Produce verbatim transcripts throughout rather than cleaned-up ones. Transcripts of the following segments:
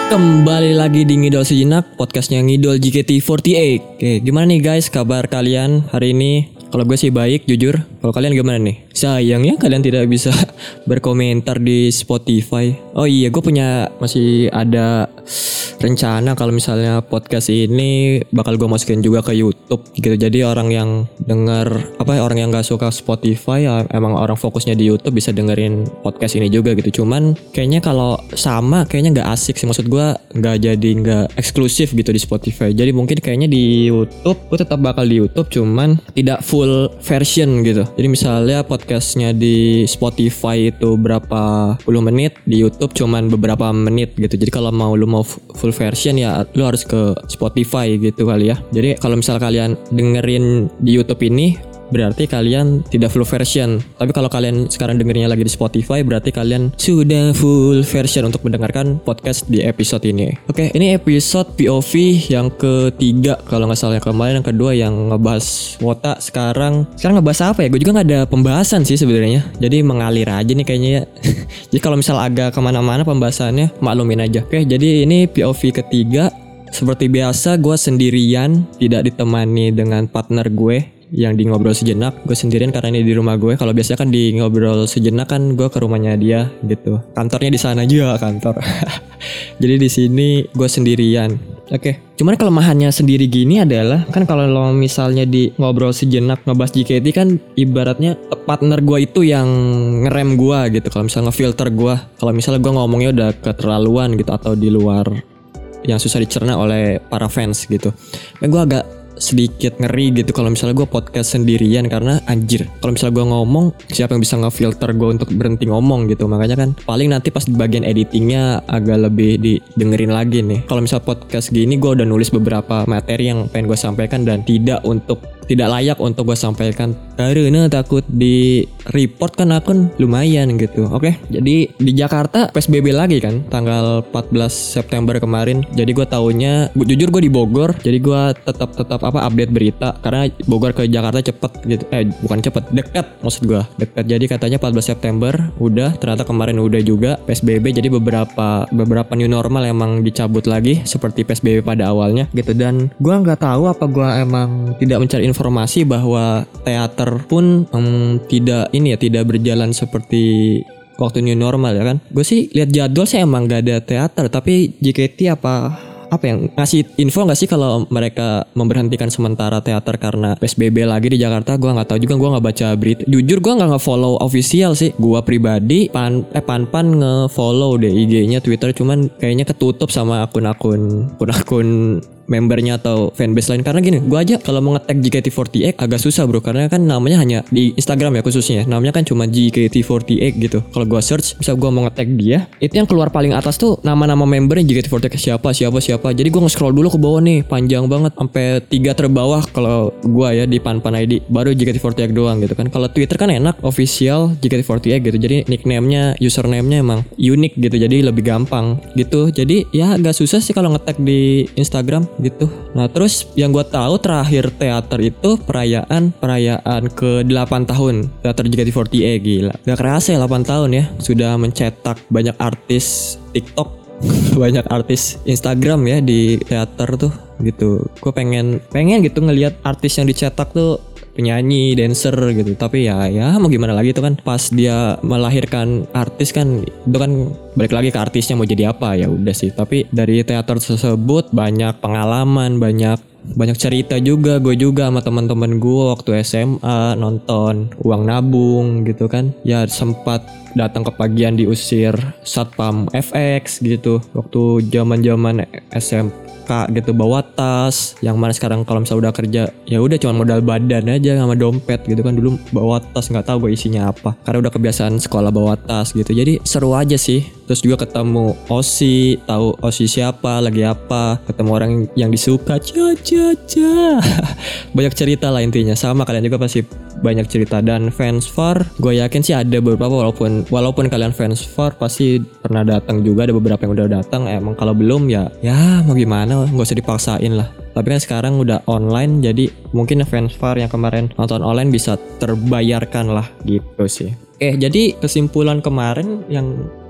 Kembali lagi di Ngidol Sejenak, podcastnya Ngidol J K T empat delapan. Oke, gimana nih guys kabar kalian hari ini? Kalau gue sih baik, jujur. Kalau kalian gimana nih? Sayangnya kalian tidak bisa berkomentar di Spotify. Oh iya, gue punya masih ada rencana kalau misalnya podcast ini bakal gue masukin juga ke YouTube gitu. Jadi orang yang denger apa orang yang gak suka Spotify ya, emang orang fokusnya di YouTube bisa dengerin podcast ini juga gitu. Cuman kayaknya kalau sama kayaknya gak asik sih. Maksud gue gak jadi gak eksklusif gitu di Spotify. Jadi mungkin kayaknya di YouTube gue tetap bakal di YouTube, cuman tidak full version gitu. Jadi misalnya podcastnya di Spotify itu berapa puluh menit, di YouTube cuman beberapa menit gitu. Jadi kalau mau lu mau full version ya lu harus ke Spotify gitu kali ya. Jadi kalau misal kalian dengerin di YouTube ini berarti kalian tidak full version. Tapi kalau kalian sekarang dengerinnya lagi di Spotify, berarti kalian sudah full version untuk mendengarkan podcast di episode ini. Oke, ini episode P O V yang ketiga kalau nggak salah. Kemarin yang kedua yang ngebahas Wota. Sekarang sekarang ngebahas apa ya? Gue juga nggak ada pembahasan sih sebenarnya. Jadi mengalir aja nih kayaknya ya. Jadi kalau misal agak kemana-mana pembahasannya, maklumin aja. Oke, jadi ini P O V ketiga. Seperti biasa gue sendirian, tidak ditemani dengan partner gue yang di ngobrol sejenak. Gue sendirian karena ini di rumah gue. Kalau biasanya kan di ngobrol sejenak kan gue ke rumahnya dia gitu. Kantornya di sana juga kantor. Jadi di sini gue sendirian. Oke. Okay. Cuman kelemahannya sendiri gini adalah kan kalau lo misalnya di ngobrol sejenak ngebahas J K T kan ibaratnya partner gue itu yang ngerem gue gitu. Kalau misalnya ngefilter gue. Kalau misalnya gue ngomongnya udah keterlaluan gitu atau di luar yang susah dicerna oleh para fans gitu. Dan gue agak sedikit ngeri gitu kalau misalnya gue podcast sendirian, karena anjir kalau misalnya gue ngomong siapa yang bisa ngefilter gue untuk berhenti ngomong gitu. Makanya kan paling nanti pas di bagian editingnya agak lebih didengerin lagi nih. Kalau misalnya podcast gini gue udah nulis beberapa materi yang pengen gue sampaikan dan tidak untuk tidak layak untuk gue sampaikan karena takut di report kan akun lumayan gitu. Oke, jadi di Jakarta P S B B lagi kan tanggal empat belas September kemarin. Jadi gue taunya jujur gue di Bogor, jadi gue tetap tetap apa update berita karena Bogor ke Jakarta cepet gitu. Eh bukan cepet, dekat maksud gue dekat. Jadi katanya empat belas September udah, ternyata kemarin udah juga P S B B. Jadi beberapa beberapa new normal emang dicabut lagi seperti P S B B pada awalnya gitu. Dan gue nggak tahu apa gue emang tidak mencari informasi informasi bahwa teater pun um, tidak ini ya tidak berjalan seperti waktu new normal ya kan. Gue sih lihat jadwal sih emang gak ada teater, tapi J K T apa apa yang ngasih info nggak sih kalau mereka memberhentikan sementara teater karena P S B B lagi di Jakarta? Gue nggak tahu juga, gue nggak baca berita. Jujur gue nggak nge-follow official sih. Gue pribadi pan eh pan pan nge-follow deh I G-nya, Twitter, cuman kayaknya ketutup sama akun-akun akun-akun membernya atau fanbase lain. Karena gini, gue aja kalau mau nge-tag J K T empat delapan agak susah bro, karena kan namanya hanya di Instagram ya khususnya, namanya kan cuma J K T empat delapan gitu. Kalau gue search, misal gue mau nge-tag dia, itu yang keluar paling atas tuh nama-nama membernya J K T empat delapan siapa siapa siapa. Jadi gue nge-scroll dulu ke bawah nih, panjang banget sampai tiga terbawah kalau gue ya di Panpan I D, baru J K T empat delapan doang gitu kan. Kalau Twitter kan enak, official J K T empat delapan gitu. Jadi nickname-nya, username-nya emang unik gitu, jadi lebih gampang gitu. Jadi ya agak susah sih kalau nge-tag di Instagram gitu. Nah terus yang gue tahu terakhir teater itu perayaan perayaan ke delapan tahun teater J K T empat delapan. Gila, gak kerasa ya delapan tahun ya, sudah mencetak banyak artis TikTok banyak artis Instagram ya di teater tuh gitu. Gue pengen pengen gitu ngelihat artis yang dicetak tuh penyanyi, dancer gitu. Tapi ya ya mau gimana lagi, itu kan pas dia melahirkan artis kan, itu kan balik lagi ke artisnya mau jadi apa, ya udah sih. Tapi dari teater tersebut banyak pengalaman, banyak banyak cerita juga. Gue juga sama teman-teman gue waktu S M A nonton Uang Nabung gitu kan. Ya sempat datang ke pagian diusir Satpam F X gitu waktu zaman-zaman S M K gitu, bawa tas yang mana sekarang kalau misalnya udah kerja ya udah cuma modal badan aja sama dompet gitu kan. Dulu bawa tas nggak tahu gue isinya apa karena udah kebiasaan sekolah bawa tas gitu. Jadi seru aja sih. Terus juga ketemu Osi, tahu Osi siapa, lagi apa, ketemu orang yang disuka, cia cia cia. Banyak cerita lah intinya. Sama kalian juga pasti banyak cerita. Dan fans Far, gue yakin sih ada beberapa, walaupun walaupun kalian fans Far pasti pernah datang juga, ada beberapa yang udah datang. Emang kalau belum ya ya mau gimana, nggak usah dipaksain lah. Tapi kan sekarang udah online, jadi mungkin fans Far yang kemarin nonton online bisa terbayarkan lah gitu sih. Oke, jadi kesimpulan kemarin yang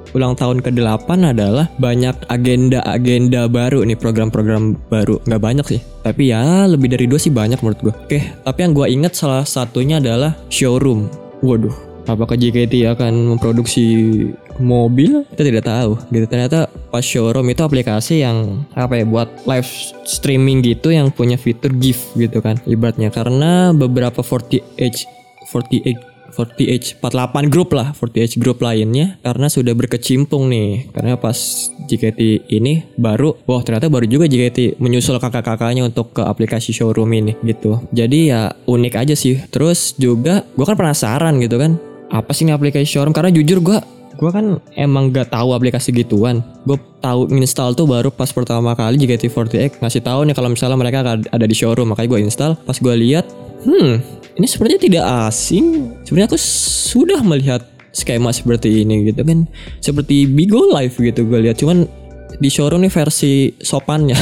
ulang tahun ke delapan adalah banyak agenda-agenda baru nih, program-program baru. Nggak banyak sih, tapi ya lebih dari dua sih banyak menurut gue. Oke, tapi yang gue ingat salah satunya adalah showroom. Waduh, apakah J K T akan memproduksi mobil? Kita tidak tahu gitu. Ternyata pas showroom itu aplikasi yang apa ya, buat live streaming gitu, yang punya fitur gift gitu kan ibaratnya. Karena beberapa empat puluh H empat puluh H empat puluh H empat puluh delapan grup lah, empat puluh H grup lainnya karena sudah berkecimpung nih. Karena pas J K T ini baru, wah ternyata baru juga J K T menyusul kakak-kakaknya untuk ke aplikasi showroom ini gitu. Jadi ya unik aja sih. Terus juga gue kan penasaran gitu kan, apa sih ini aplikasi showroom? Karena jujur gue gue kan emang gak tahu aplikasi gituan. Gue tahu install tuh baru pas pertama kali J K T empat puluh delapan ngasih tahu nih kalau misalnya mereka ada di showroom. Makanya gue install. Pas gue lihat, hmm ini sepertinya tidak asing. Sebenarnya aku sudah melihat skema seperti ini gitu kan, seperti Bigo Live gitu gue lihat. Cuman di showroom nih versi sopannya.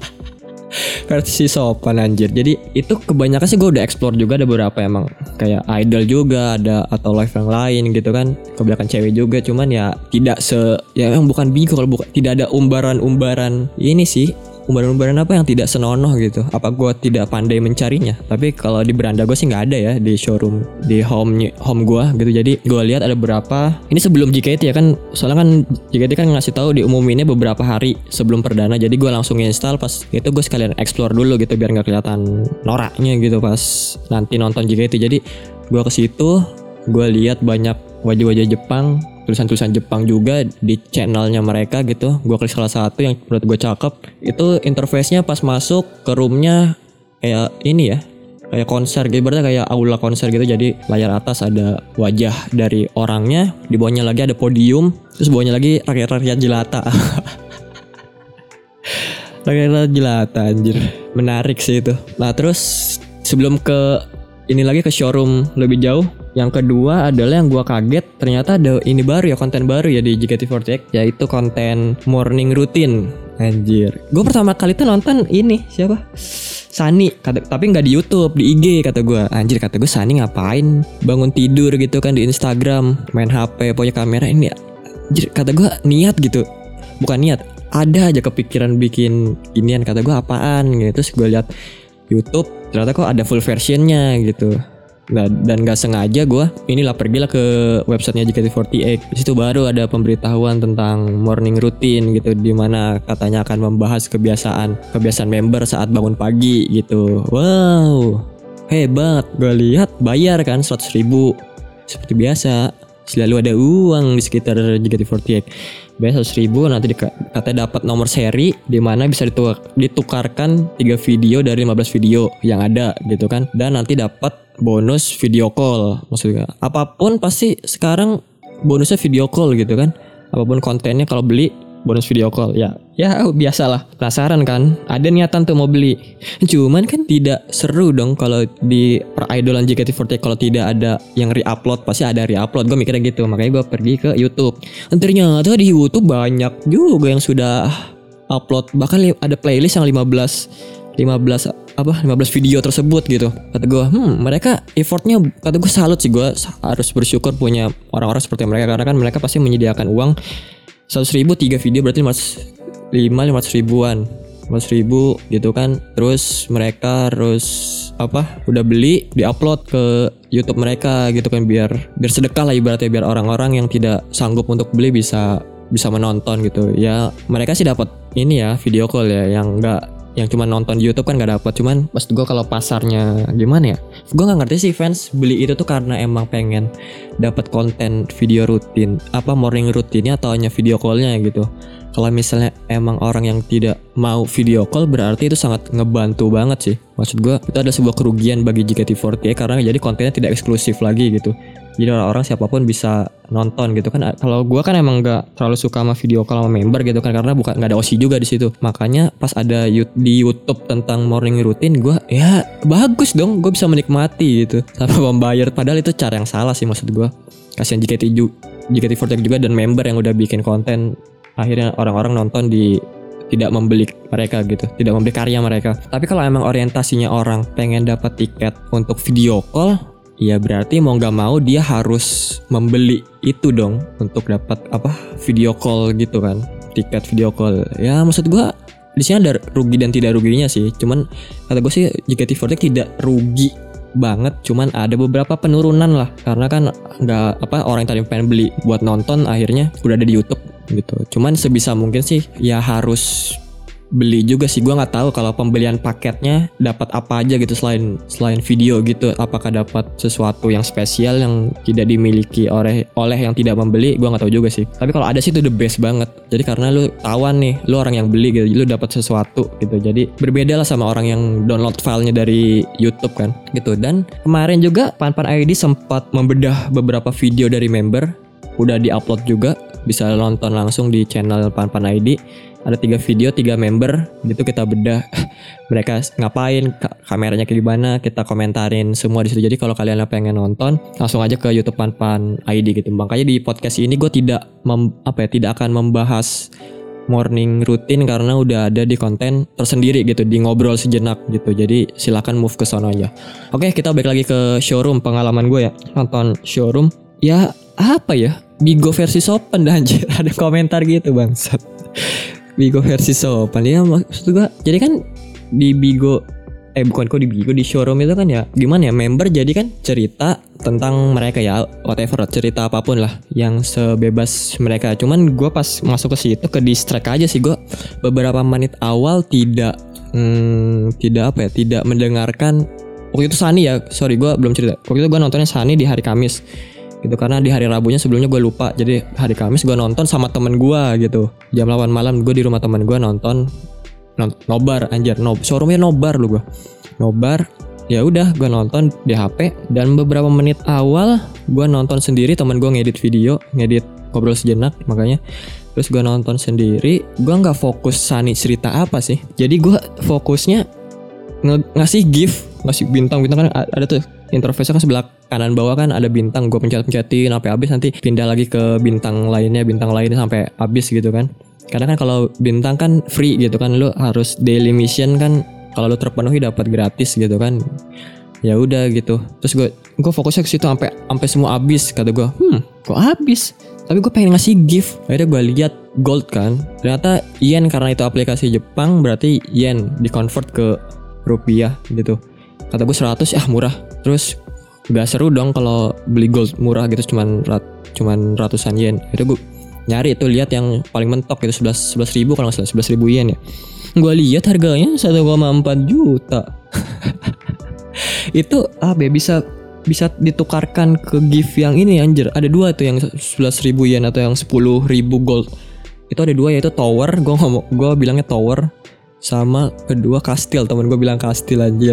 Versi sopan anjir. Jadi itu kebanyakan sih gue udah explore juga, ada beberapa emang kayak idol juga ada, atau live yang lain gitu kan, kebanyakan cewek juga. Cuman ya tidak se ya yang bukan Bigo, kalau bukan tidak ada umbaran-umbaran ini sih, umbaran-umbaran apa yang tidak senonoh gitu. Apa gue tidak pandai mencarinya? Tapi kalau di beranda gue sih nggak ada ya, di showroom di home home gue gitu. Jadi gue lihat ada beberapa. Ini sebelum J K T ya kan, soalnya kan J K T kan ngasih tahu diumuminnya beberapa hari sebelum perdana. Jadi gue langsung install. Pas itu gue sekalian explore dulu gitu biar nggak kelihatan noraknya gitu pas nanti nonton J K T. Jadi gue ke situ, gue lihat banyak wajah-wajah Jepang, tulisan-tulisan Jepang juga di channelnya mereka gitu. Gue klik salah satu yang menurut gue cakep. Itu interface-nya pas masuk ke roomnya kayak ini ya, kayak konser gitu, berarti kayak aula konser gitu. Jadi layar atas ada wajah dari orangnya, di bawahnya lagi ada podium, terus bawahnya lagi rakyat-rakyat jelata. Rakyat-rakyat jelata anjir, menarik sih itu. Nah terus sebelum ke ini lagi ke showroom lebih jauh, yang kedua adalah yang gua kaget, ternyata ada ini baru ya, konten baru ya di J K T empat puluh delapan, yaitu konten morning routine. Anjir, gue pertama kali tuh nonton ini siapa? Sunny, kata, tapi nggak di YouTube, di I G kata gue. Anjir, kata gue Sunny ngapain bangun tidur gitu kan di Instagram, main H P, punya kamera ini. Anjir, kata gue niat gitu, bukan niat, ada aja kepikiran bikin inian. Kata gue apaan gitu, terus gue lihat YouTube, ternyata kok ada full versionnya gitu. Nah, dan gak sengaja gue inilah pergilah ke websitenya J K T empat puluh delapan. Di situ baru ada pemberitahuan tentang morning routine gitu, di mana katanya akan membahas kebiasaan kebiasaan member saat bangun pagi gitu. Wow, hebat. Gue lihat bayar kan seratus ribu seperti biasa. Selalu ada uang di sekitar J K T empat puluh delapan. Bayar seratus ribu, nanti katanya dapat nomor seri di mana bisa ditukar, ditukarkan tiga video dari lima belas video yang ada gitu kan. Dan nanti dapat bonus video call. Maksudnya apapun pasti sekarang bonusnya video call gitu kan. Apapun kontennya kalau beli bonus video call. Ya, ya biasalah. Penasaran kan? Ada niatan tuh mau beli. Cuman kan tidak seru dong kalau di peridolan J K T empat puluh delapan kalau tidak ada yang re-upload. Pasti ada re-upload. Gue mikirnya gitu. Makanya gue pergi ke YouTube. Dan ternyata di YouTube banyak juga yang sudah upload. Bahkan ada playlist yang lima belas apa lima belas video tersebut gitu. Kata gue, hmm mereka effortnya, kata gue salut sih. Gue harus bersyukur punya orang-orang seperti mereka, karena kan mereka pasti menyediakan uang seratus ribu tiga video, berarti lima ratus ribuan, lima ratus ribu gitu kan. Terus mereka harus apa udah beli diupload ke YouTube mereka gitu kan, biar biar sedekah lah ibaratnya, biar orang-orang yang tidak sanggup untuk beli bisa bisa menonton gitu ya. Mereka sih dapat ini ya, video call ya, yang enggak yang cuma nonton di YouTube kan nggak dapat. Cuman maksud gue kalau pasarnya gimana ya, gue nggak ngerti sih fans beli itu tuh karena emang pengen dapat konten video rutin, apa morning rutinnya atau hanya video callnya gitu. Kalau misalnya emang orang yang tidak mau video call, berarti itu sangat ngebantu banget sih. Maksud gue itu ada sebuah kerugian bagi J K T empat puluh delapan karena jadi kontennya tidak eksklusif lagi gitu. Jadi orang-orang siapapun bisa nonton gitu kan. Kalau gue kan emang gak terlalu suka sama video call sama member gitu kan, karena bukan nggak ada O S I juga di situ. Makanya pas ada di YouTube tentang morning routine, gue ya bagus dong, gue bisa menikmati gitu tanpa membayar. Padahal itu cara yang salah sih maksud gue. Kasihan J K T J K T empat puluh delapan juga dan member yang udah bikin konten, akhirnya orang-orang nonton di tidak membeli mereka gitu, tidak membeli karya mereka. Tapi kalau emang orientasinya orang pengen dapat tiket untuk video call, ya berarti mau nggak mau dia harus membeli itu dong untuk dapat apa video call gitu kan, tiket video call. Ya maksud gue di sini ada rugi dan tidak ruginya sih. Cuman kata gue sih J K T empat puluh tidak rugi banget, cuman ada beberapa penurunan lah karena kan nggak apa orang yang tadi pengen beli buat nonton akhirnya udah ada di YouTube gitu. Cuman sebisa mungkin sih ya harus beli juga sih. Gue nggak tahu kalau pembelian paketnya dapat apa aja gitu selain selain video gitu, apakah dapat sesuatu yang spesial yang tidak dimiliki oleh oleh yang tidak membeli. Gue nggak tahu juga sih, tapi kalau ada sih itu the best banget. Jadi karena lu tawan nih, lu orang yang beli gitu, lu dapat sesuatu gitu, jadi berbeda lah sama orang yang download filenya dari YouTube kan gitu. Dan kemarin juga Panpan I D sempat membedah beberapa video dari member, udah diupload juga, bisa nonton langsung di channel Panpan I D. Ada tiga video, tiga member gitu, kita bedah mereka ngapain, kameranya kayak gimana, kita komentarin semua di situ. Jadi kalau kalian pengen nonton langsung aja ke YouTube Panpan I D gitu. Makanya di podcast ini gue tidak mem, apa ya tidak akan membahas morning routine karena udah ada di konten tersendiri gitu, di ngobrol sejenak gitu. Jadi silakan move ke sono aja. Oke, kita balik lagi ke showroom. Pengalaman gue ya nonton showroom ya apa ya, Bigo versi sopan dah anjir. Ada komentar gitu bangsat. Bigo versi sopan ya maksud gue. Jadi kan di Bigo eh bukan kok di Bigo, di showroom itu kan ya gimana ya, member jadi kan cerita tentang mereka ya, whatever, cerita apapun lah yang sebebas mereka. Cuman gue pas masuk ke situ ke distract aja sih gue beberapa menit awal, tidak hmm, tidak apa ya tidak mendengarkan. Waktu itu Sani ya, sorry gue belum cerita. Waktu itu gue nontonnya Sani di hari Kamis gitu, karena di hari Rabunya sebelumnya gue lupa. Jadi hari Kamis gue nonton sama temen gue gitu, jam delapan malam gue di rumah temen gue nonton, nonton nobar anjir, no, showroomnya nobar lu gue nobar. Ya udah gue nonton di H P, dan beberapa menit awal gue nonton sendiri, temen gue ngedit video, ngedit ngobrol sejenak makanya. Terus gue nonton sendiri, gue nggak fokus Sani cerita apa sih, jadi gue fokusnya ng- ngasih gift, ngasih bintang-bintang kan ada tuh interface kan sebelah kanan bawah kan ada bintang, gue pencet-pencetin sampai habis, nanti pindah lagi ke bintang lainnya, bintang lainnya sampai habis gitu kan. Kadang kan kalau bintang kan free gitu kan, lu harus daily mission kan, kalau lu terpenuhi dapat gratis gitu kan. Ya udah gitu. Terus gue gue fokusnya ke situ sampai sampai semua habis. Kata gue, hmm, kok habis? Tapi gue pengen ngasih gift. Akhirnya gue lihat gold kan. Ternyata yen, karena itu aplikasi Jepang, berarti yen di-convert ke rupiah gitu. Kata gue seratus, ah murah. Terus gak seru dong kalau beli gold murah gitu, cuman rat, cuman ratusan yen. Itu gue nyari itu, lihat yang paling mentok itu sebelas ribu kalau nggak salah, sebelas ribu yen ya. Gue lihat harganya satu koma empat juta. Itu ah be bisa bisa ditukarkan ke gift yang ini anjir. Ada dua tuh, yang sebelas ribu yen atau yang sepuluh ribu gold. Itu ada dua, yaitu tower, gue ngomong gue bilangnya tower, sama kedua kastil. Temen gue bilang kastil anjir.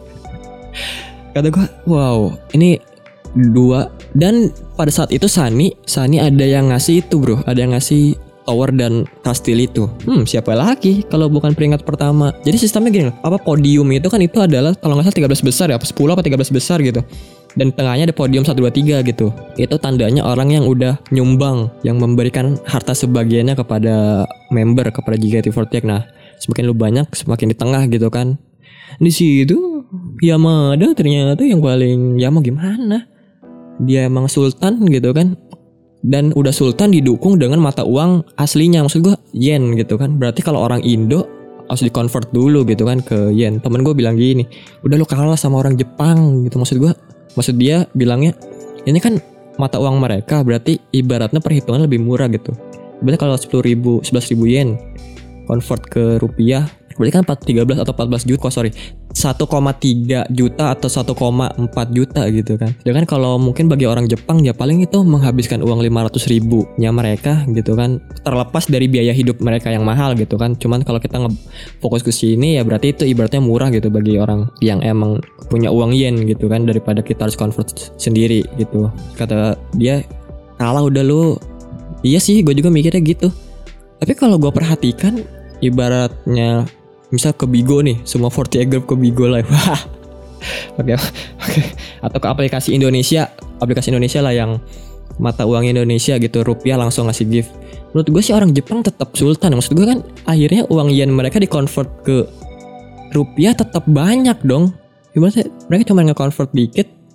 Kata gue, wow, ini dua. Dan pada saat itu Sani, Sani ada yang ngasih itu bro, ada yang ngasih tower dan kastil itu. Hmm, siapa lagi kalau bukan peringkat pertama. Jadi sistemnya gini loh, apa podium itu kan itu adalah kalau nggak salah tiga belas besar ya, apa sepuluh apa tiga belas besar gitu. Dan tengahnya ada podium satu dua tiga gitu. Itu tandanya orang yang udah nyumbang, yang memberikan harta sebagiannya kepada member, kepada J K T empat puluh delapan. Nah, semakin lu banyak, semakin di tengah gitu kan. Di situ Yamada ternyata yang paling, ya mau gimana, dia emang sultan gitu kan. Dan udah sultan didukung dengan mata uang aslinya, maksud gue yen gitu kan. Berarti kalau orang Indo harus di-convert dulu gitu kan ke yen. Temen gue bilang gini, udah lu kalah sama orang Jepang gitu. Maksud gue, maksud dia bilangnya, ini kan mata uang mereka, berarti ibaratnya perhitungan lebih murah gitu. Berarti kalau sepuluh ribu, sebelas ribu yen convert ke rupiah, berarti kan tiga belas atau empat belas juta, oh, sorry satu koma tiga juta atau satu koma empat juta gitu kan. Dengan kalau mungkin bagi orang Jepang ya paling itu menghabiskan uang lima ratus ribu nya mereka gitu kan, terlepas dari biaya hidup mereka yang mahal gitu kan. Cuman kalau kita nge-fokus ke sini ya berarti itu ibaratnya murah gitu bagi orang yang emang punya uang yen gitu kan, daripada kita harus convert sendiri gitu. Kata dia, kalah udah lu. Iya sih, gue juga mikirnya gitu. Tapi kalau gue perhatikan, ibaratnya misal ke Bigo nih, semua empat puluh delapan Group ke Bigo Live. Wah. Oke, oke. Atau ke aplikasi Indonesia, aplikasi Indonesia lah yang mata uang Indonesia gitu, rupiah langsung ngasih gift. Menurut gue sih orang Jepang tetap sultan. Maksud gue kan akhirnya uang yen mereka di-convert ke rupiah tetap banyak dong. Gimana sih? Mereka cuma nge-convert dikit,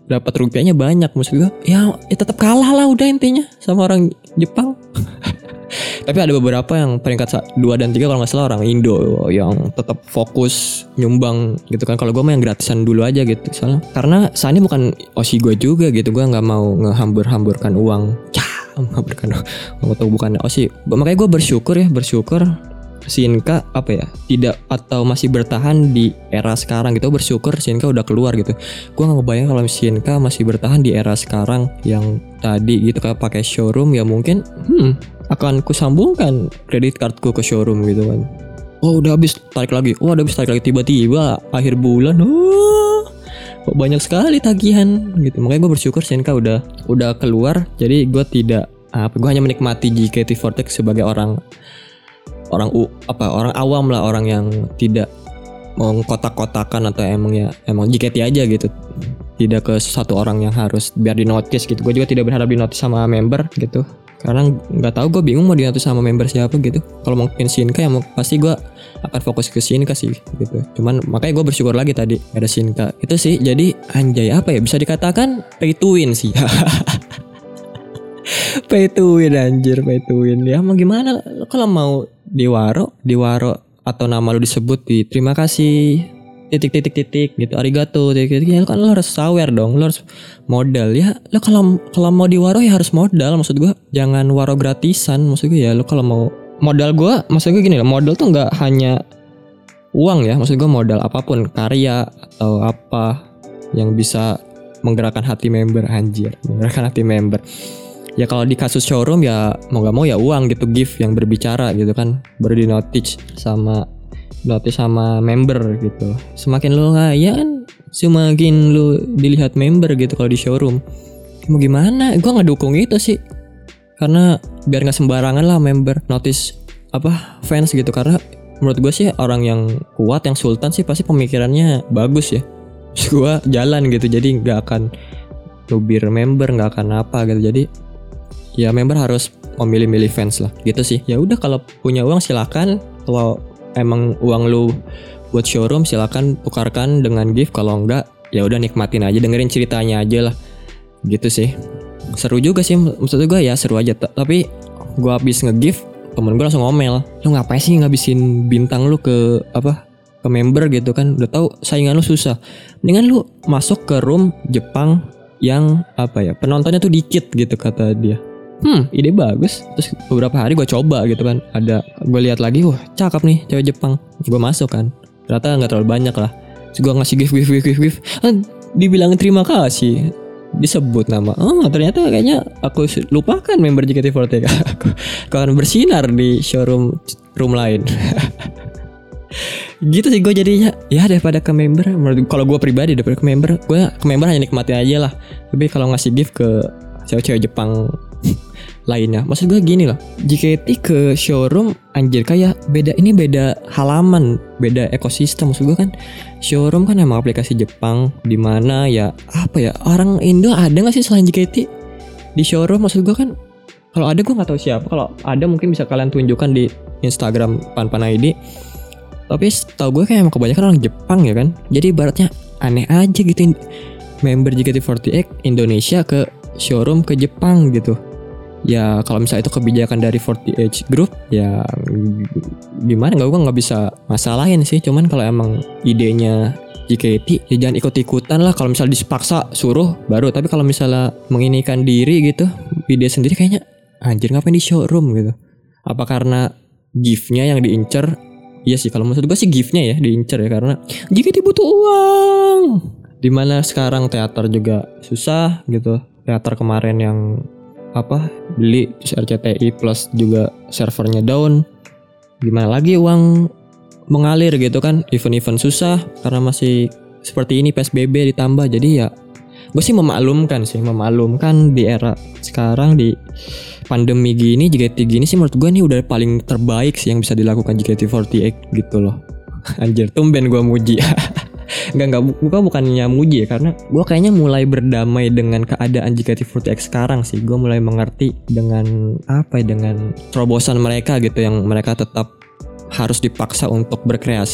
dapat rupiahnya banyak. Maksud gue ya, ya tetap kalah lah udah intinya sama orang Jepang. Tapi ada beberapa yang peringkat dua dan tiga kalau nggak salah orang Indo yang tetap fokus nyumbang gitu kan. Kalau gue mah yang gratisan dulu aja gitu. Soalnya karena Sani bukan osi gue juga gitu. Gue nggak mau ngehambur-hamburkan uang. Cah, menghamburkan uang atau bukan osi. Makanya gue bersyukur ya, bersyukur Shinka apa ya tidak atau masih bertahan di era sekarang gitu. Bersyukur Shinka udah keluar gitu. Gue nggak ngebayang kalau Shinka masih bertahan di era sekarang yang tadi gitu kayak pakai showroom ya mungkin hmm akan kusambungkan kredit cardku ke showroom gitu kan. Oh udah habis tarik lagi. Oh udah habis tarik lagi tiba-tiba akhir bulan. Oh kok banyak sekali tagihan gitu. Makanya gue bersyukur Shinka udah udah keluar. Jadi gue tidak apa gue hanya menikmati J K T empat puluh sebagai orang orang u apa orang awam lah, orang yang tidak mau kotak-kotakan atau emang ya emang J K T aja gitu, tidak ke satu orang yang harus biar di notice gitu. Gue juga tidak berharap di notice sama member gitu karena nggak tahu, gue bingung mau di notice sama member siapa gitu. Kalau mungkin Shinka ya pasti gue akan fokus ke Shinka sih gitu. Cuman makanya gue bersyukur lagi tadi ada Shinka itu sih. Jadi anjay apa ya bisa dikatakan pay to win sih. Pay to win anjir, pay to win. Ya mau gimana kalau mau diwaro, diwaro atau nama lu disebut di terima kasih titik-titik-titik gitu, arigato titik-titik ya kan lu harus sawer dong, lu harus modal ya. Lu kalau kalau mau diwaro ya harus modal, maksud gua jangan waro gratisan. Maksud gua ya lu kalau mau modal gua, maksud gua gini loh, modal tuh enggak hanya uang ya, maksud gua modal apapun, karya atau apa yang bisa menggerakkan hati member anjir, menggerakkan hati member. Ya kalau di kasus showroom ya mau gak mau ya uang gitu, gift yang berbicara gitu kan, baru di notice sama notice sama member gitu. Semakin lu kaya kan semakin lu dilihat member gitu kalau di showroom. Mau gimana, gue gak dukung itu sih, karena biar gak sembarangan lah member notice apa fans gitu. Karena menurut gue sih orang yang kuat, yang sultan sih pasti pemikirannya bagus ya. Terus gue jalan gitu, jadi gak akan lubir member, gak akan apa gitu. Jadi ya member harus memilih-milih fans lah gitu sih. Ya udah kalau punya uang silakan, kalau emang uang lu buat showroom silakan tukarkan dengan gift. Kalau enggak ya udah nikmatin aja, dengerin ceritanya aja lah gitu sih. Seru juga sih maksud gue ya, seru aja. Tapi gue habis nge-gift temen gue langsung ngomel, lu ngapain sih ngabisin bintang lu ke apa ke member gitu kan, udah tahu saingan lu susah, mendingan lu masuk ke room Jepang yang apa ya penontonnya tuh dikit gitu kata dia. Hmm, ide bagus. Terus beberapa hari gue coba gitu kan, ada gue lihat lagi, wah cakep nih cewek Jepang. Gue masuk kan, ternyata nggak terlalu banyak lah. Terus gue ngasih gift gift gift gift, gift. Ah, dibilangin terima kasih, disebut nama. Oh ternyata kayaknya aku lupakan member J K T empat puluh. Aku, aku akan bersinar di showroom room lain. Gitu sih gue jadinya. Ya daripada ke member, kalau gue pribadi daripada ke member, gue ke member hanya nikmatin aja lah. Tapi kalau ngasih gift ke cewek-cewek Jepang lainnya, maksud gue gini loh, J K T ke showroom anjir kayak beda, ini beda halaman, beda ekosistem. Maksud gue kan showroom kan emang aplikasi Jepang, dimana ya apa ya, orang Indo ada nggak sih selain J K T di showroom? Maksud gue kan kalau ada gue nggak tahu siapa, kalau ada mungkin bisa kalian tunjukkan di Instagram Panpan I D. Tapi setahu gue kayak emang kebanyakan orang Jepang ya kan, jadi ibaratnya aneh aja gitu member J K T empat puluh Indonesia ke showroom ke Jepang gitu. Ya kalau misalnya itu kebijakan dari empat puluh Group ya gimana, nggak gue nggak bisa masalahin sih. Cuman kalau emang idenya J K T ya jangan ikut-ikutan lah. Kalau misalnya dipaksa suruh baru, tapi kalau misalnya menginikan diri gitu, ide sendiri kayaknya anjir ngapain di showroom gitu. Apa karena giftnya yang diincer? Iya sih kalau maksud gue sih giftnya ya diincer ya, karena J K T butuh uang. Dimana sekarang teater juga susah gitu. Teater kemarin yang apa beli terus R C T I plus juga servernya down, gimana lagi uang mengalir gitu kan. Event-event susah karena masih seperti ini, P S B B ditambah. Jadi ya gue sih memaklumkan sih memaklumkan di era sekarang, di pandemi gini, J K T gini sih menurut gue nih udah paling terbaik sih yang bisa dilakukan J K T empat puluh gitu loh. Anjir tumben gue muji. Enggak, enggak, gue bukannya muji ya, karena gue kayaknya mulai berdamai dengan keadaan J K T empat puluh sekarang sih. Gue mulai mengerti dengan apa ya, dengan terobosan mereka gitu, yang mereka tetap harus dipaksa untuk berkreasi,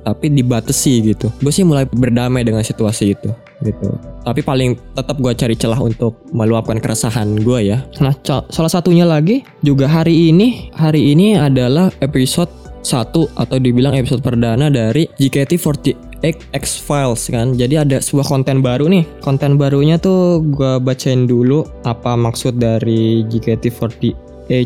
tapi dibatasi gitu. Gue sih mulai berdamai dengan situasi itu gitu. Tapi paling tetap gue cari celah untuk meluapkan keresahan gue ya. Nah, c- salah satunya lagi juga hari ini, hari ini adalah episode satu atau dibilang episode perdana dari J K T empat delapan X-Files kan. Jadi ada sebuah konten baru nih. Konten barunya tuh gue bacain dulu apa maksud dari J K T empat delapan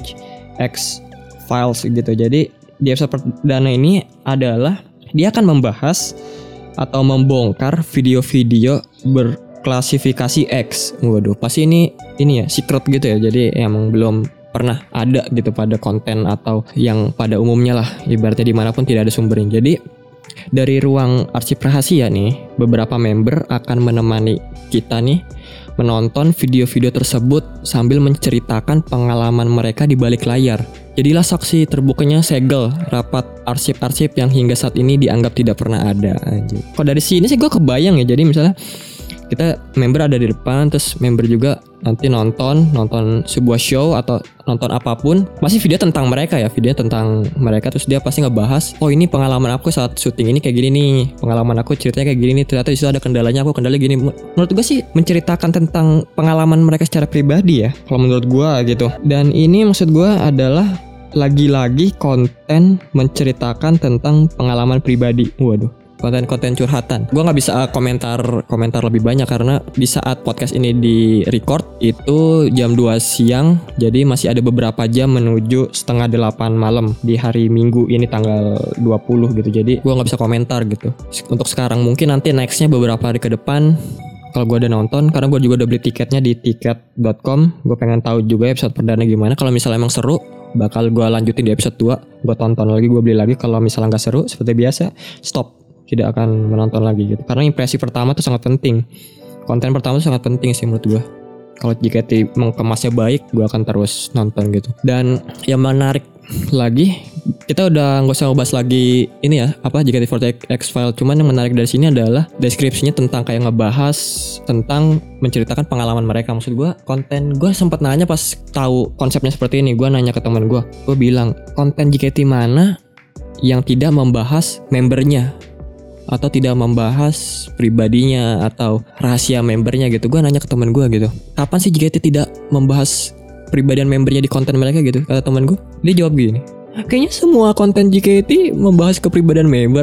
X-Files gitu. Jadi di episode perdana ini adalah dia akan membahas atau membongkar video-video berklasifikasi X. Waduh, pasti ini ini ya secret gitu ya. Jadi emang belum pernah ada gitu pada konten atau yang pada umumnya lah. Ibaratnya dimanapun tidak ada sumbernya. Jadi dari ruang arsip rahasia nih, beberapa member akan menemani kita nih menonton video-video tersebut sambil menceritakan pengalaman mereka di balik layar. Jadilah saksi terbukanya segel rapat arsip-arsip yang hingga saat ini dianggap tidak pernah ada. Anjir. Kalau dari sini sih gue kebayang ya. Jadi misalnya kita member ada di depan, terus member juga nanti nonton nonton sebuah show atau nonton apapun, masih video tentang mereka ya, video tentang mereka, terus dia pasti ngebahas, oh ini pengalaman aku saat syuting ini kayak gini nih, pengalaman aku ceritanya kayak gini nih, ternyata di situ ada kendalanya, aku kendala gini. Menurut gue sih menceritakan tentang pengalaman mereka secara pribadi ya, kalau menurut gue gitu. Dan ini maksud gue adalah lagi-lagi konten menceritakan tentang pengalaman pribadi. Waduh, konten-konten curhatan. Gue nggak bisa komentar komentar lebih banyak karena di saat podcast ini di record itu jam dua siang, jadi masih ada beberapa jam menuju setengah delapan malam di hari Minggu ini tanggal dua puluh gitu. Jadi gue nggak bisa komentar gitu untuk sekarang. Mungkin nanti nextnya beberapa hari ke depan kalau gue udah nonton, karena gue juga udah beli tiketnya di tiket dot com. Gue pengen tahu juga episode perdana gimana. Kalau misalnya emang seru, bakal gue lanjutin di episode dua. Gue tonton lagi, gue beli lagi. Kalau misalnya nggak seru, seperti biasa, stop. Tidak akan menonton lagi gitu. Karena impresi pertama tuh sangat penting. Konten pertama tuh sangat penting sih menurut gue. Kalau J K T mengemasnya baik, gue akan terus nonton gitu. Dan yang menarik lagi, kita udah nggak usah ngebahas lagi ini ya, apa J K T empat delapan X-Files. Cuman yang menarik dari sini adalah deskripsinya tentang kayak ngebahas tentang menceritakan pengalaman mereka. Maksud gue, konten gue sempat nanya pas tahu konsepnya seperti ini. Gue nanya ke teman gue, gue bilang konten J K T mana yang tidak membahas membernya atau tidak membahas pribadinya atau rahasia membernya gitu. Gue nanya ke teman gue gitu, kapan sih J K T tidak membahas pribadian membernya di konten mereka gitu. Kata teman gue, dia jawab gini, kayaknya semua konten J K T membahas kepribadian member.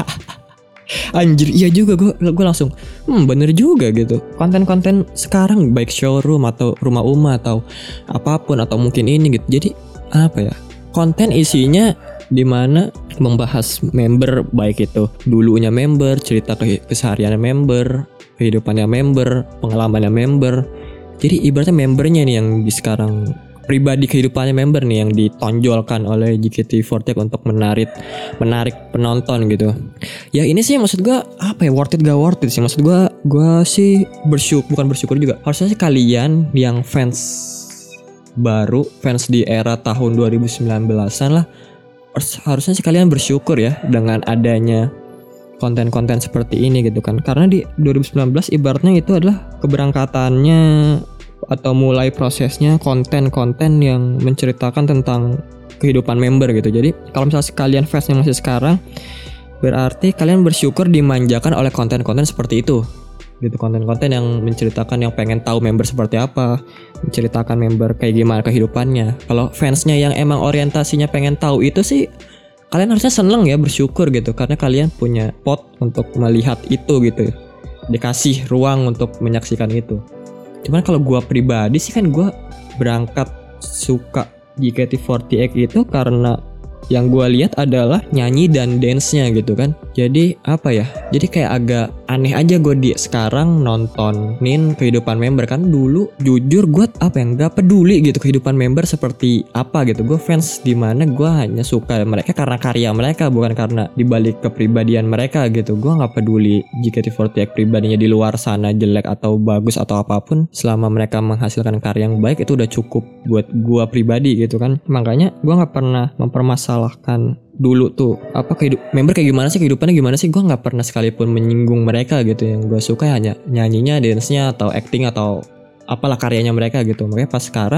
Anjir, iya juga. Gue gue langsung hmm bener juga gitu. Konten-konten sekarang baik showroom atau rumah Uma atau apapun atau mungkin ini gitu, jadi apa ya, konten isinya dimana membahas member, baik itu dulunya member, cerita ke- kesehariannya member, kehidupannya member, pengalamannya member. Jadi ibaratnya membernya nih yang di sekarang, pribadi kehidupannya member nih yang ditonjolkan oleh J K T empat delapan untuk menarik menarik penonton gitu. Ya ini sih maksud gue apa ya, worth it gak worth it sih. Maksud gue gue sih bersyukur, bukan bersyukur juga, harusnya sih kalian yang fans baru, fans di era tahun dua ribu sembilan belasan lah, harusnya sih kalian bersyukur ya dengan adanya konten-konten seperti ini gitu kan. Karena di dua ribu sembilan belas ibaratnya itu adalah keberangkatannya atau mulai prosesnya konten-konten yang menceritakan tentang kehidupan member gitu. Jadi kalau misalnya kalian fans yang masih sekarang, berarti kalian bersyukur dimanjakan oleh konten-konten seperti itu gitu. Konten-konten yang menceritakan, yang pengen tahu member seperti apa, menceritakan member kayak gimana kehidupannya. Kalau fansnya yang emang orientasinya pengen tahu itu sih, kalian harusnya seneng ya, bersyukur gitu, karena kalian punya pot untuk melihat itu gitu, dikasih ruang untuk menyaksikan itu. Cuman kalau gue pribadi sih kan, gue berangkat suka J K T empat delapan itu karena yang gue lihat adalah nyanyi dan dance-nya gitu kan. Jadi apa ya, jadi kayak agak aneh aja gue di sekarang nontonin kehidupan member. Kan dulu jujur gue apa yang gak peduli gitu kehidupan member seperti apa gitu. Gue fans dimana gue hanya suka mereka karena karya mereka, bukan karena dibalik kepribadian mereka gitu. Gue gak peduli J K T empat delapan pribadinya di luar sana jelek atau bagus atau apapun, selama mereka menghasilkan karya yang baik itu udah cukup buat gue pribadi gitu kan. Makanya gue gak pernah mempermasalahkan dulu tuh apa kehidup member kayak gimana sih, kehidupannya gimana sih. Gue nggak pernah sekalipun menyinggung mereka gitu. Yang gue suka hanya nyanyinya, dance-nya, atau acting atau apalah karyanya mereka gitu. Makanya pas sekarang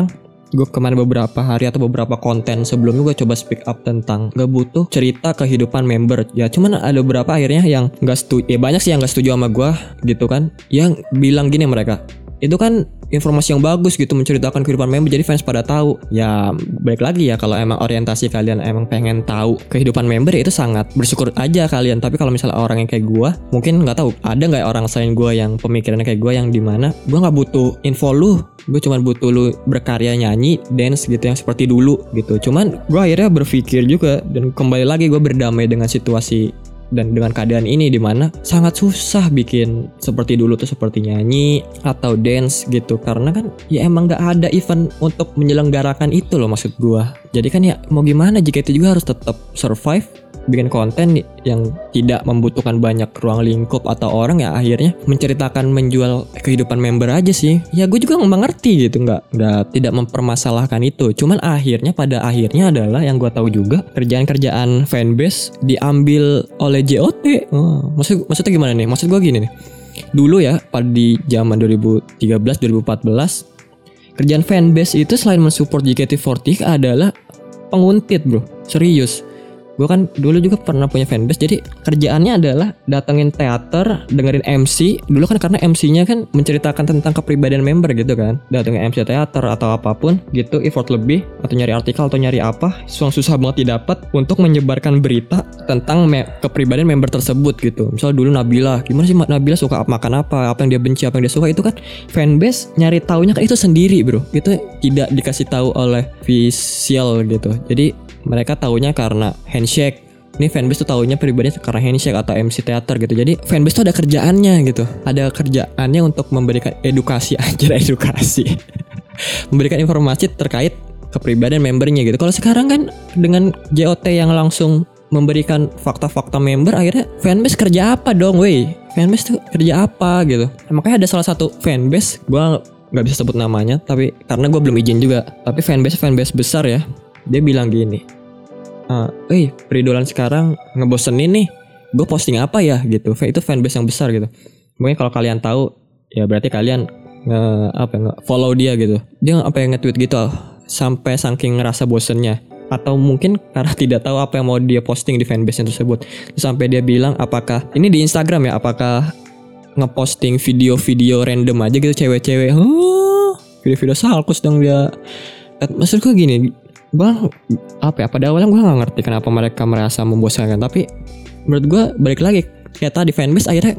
gue kemarin beberapa hari atau beberapa konten sebelumnya gue coba speak up tentang gak butuh cerita kehidupan member. Ya cuman ada beberapa akhirnya yang gak setuju. Ya banyak sih yang gak setuju sama gue gitu kan, yang bilang gini mereka, itu kan informasi yang bagus gitu menceritakan kehidupan member jadi fans pada tahu. Ya balik lagi ya, kalau emang orientasi kalian emang pengen tahu kehidupan member ya itu sangat bersyukur aja kalian. Tapi kalau misalnya orang yang kayak gue, mungkin nggak tahu ada nggak orang selain gue yang pemikirannya kayak gue, yang dimana gue nggak butuh info lu, gue cuma butuh lu berkarya nyanyi dance gitu yang seperti dulu gitu. Cuman gue akhirnya berpikir juga dan kembali lagi gue berdamai dengan situasi dan dengan keadaan ini, dimana sangat susah bikin seperti dulu tuh, seperti nyanyi atau dance gitu, karena kan ya emang gak ada event untuk menyelenggarakan itu loh maksud gua. Jadi kan ya mau gimana, J K T juga harus tetap survive, bikin konten yang tidak membutuhkan banyak ruang lingkup atau orang, ya akhirnya menceritakan menjual kehidupan member aja sih. Ya gue juga mengerti gitu, nggak nggak tidak mempermasalahkan itu. Cuman akhirnya pada akhirnya adalah yang gue tahu juga, kerjaan-kerjaan fanbase diambil oleh J O T. Oh, maksud maksudnya gimana nih? Maksud gue gini nih. Dulu ya pada di zaman dua ribu tiga belas dua ribu empat belas, kerjaan fanbase itu selain mensupport J K T empat puluh adalah penguntit, bro. Serius. Gue kan dulu juga pernah punya fanbase, jadi kerjaannya adalah datengin teater, dengerin M C. Dulu kan karena M C-nya kan menceritakan tentang kepribadian member gitu kan, datengin M C teater atau apapun gitu, effort lebih, atau nyari artikel atau nyari apa, susah banget didapat untuk menyebarkan berita tentang me- kepribadian member tersebut gitu. Misal dulu Nabila, gimana sih Nabila suka makan apa, apa yang dia benci, apa yang dia suka, itu kan fanbase nyari taunya kan itu sendiri, bro. Itu tidak dikasih tahu oleh visual gitu. Jadi mereka taunya karena handshake. Ini fanbase tuh taunya pribadinya karena handshake atau M C teater gitu. Jadi fanbase tuh ada kerjaannya gitu. Ada kerjaannya untuk memberikan edukasi aja, edukasi. Memberikan informasi terkait kepribadian membernya gitu. Kalau sekarang kan dengan J O T yang langsung memberikan fakta-fakta member, akhirnya fanbase kerja apa dong, wey? Fanbase tuh kerja apa gitu. Nah, makanya ada salah satu fanbase, gua nggak bisa sebut namanya, tapi karena gue belum izin juga. Tapi fanbase fanbase besar ya. Dia bilang gini, ah, eh peridolan sekarang ngebosenin nih, gue posting apa ya gitu. Itu fanbase yang besar gitu. Mungkin kalau kalian tahu, ya berarti kalian nge apa nge follow dia gitu. Dia apa yang nge-tweet gitu sampai saking ngerasa bosennya, atau mungkin karena tidak tahu apa yang mau dia posting di fanbase tersebut. Sampai dia bilang, apakah ini di Instagram ya, apakah ngeposting video-video random aja gitu, cewek-cewek, huh, video-video salkus dong dia. Maksudku gini, bang, apa ya, pada awalnya gue gak ngerti kenapa mereka merasa membosankan. Tapi menurut gue balik lagi, kayak tadi fanbase akhirnya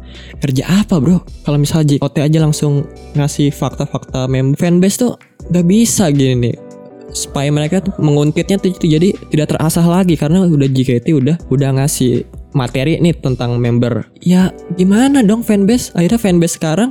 kerja apa, bro? Kalau misalnya J O T aja langsung ngasih fakta-fakta member, fanbase tuh gak bisa gini nih, supaya mereka tuh menguntitnya tuh jadi tidak terasah lagi, karena udah J K T udah udah ngasih materi nih tentang member. Ya gimana dong fanbase? Akhirnya fanbase sekarang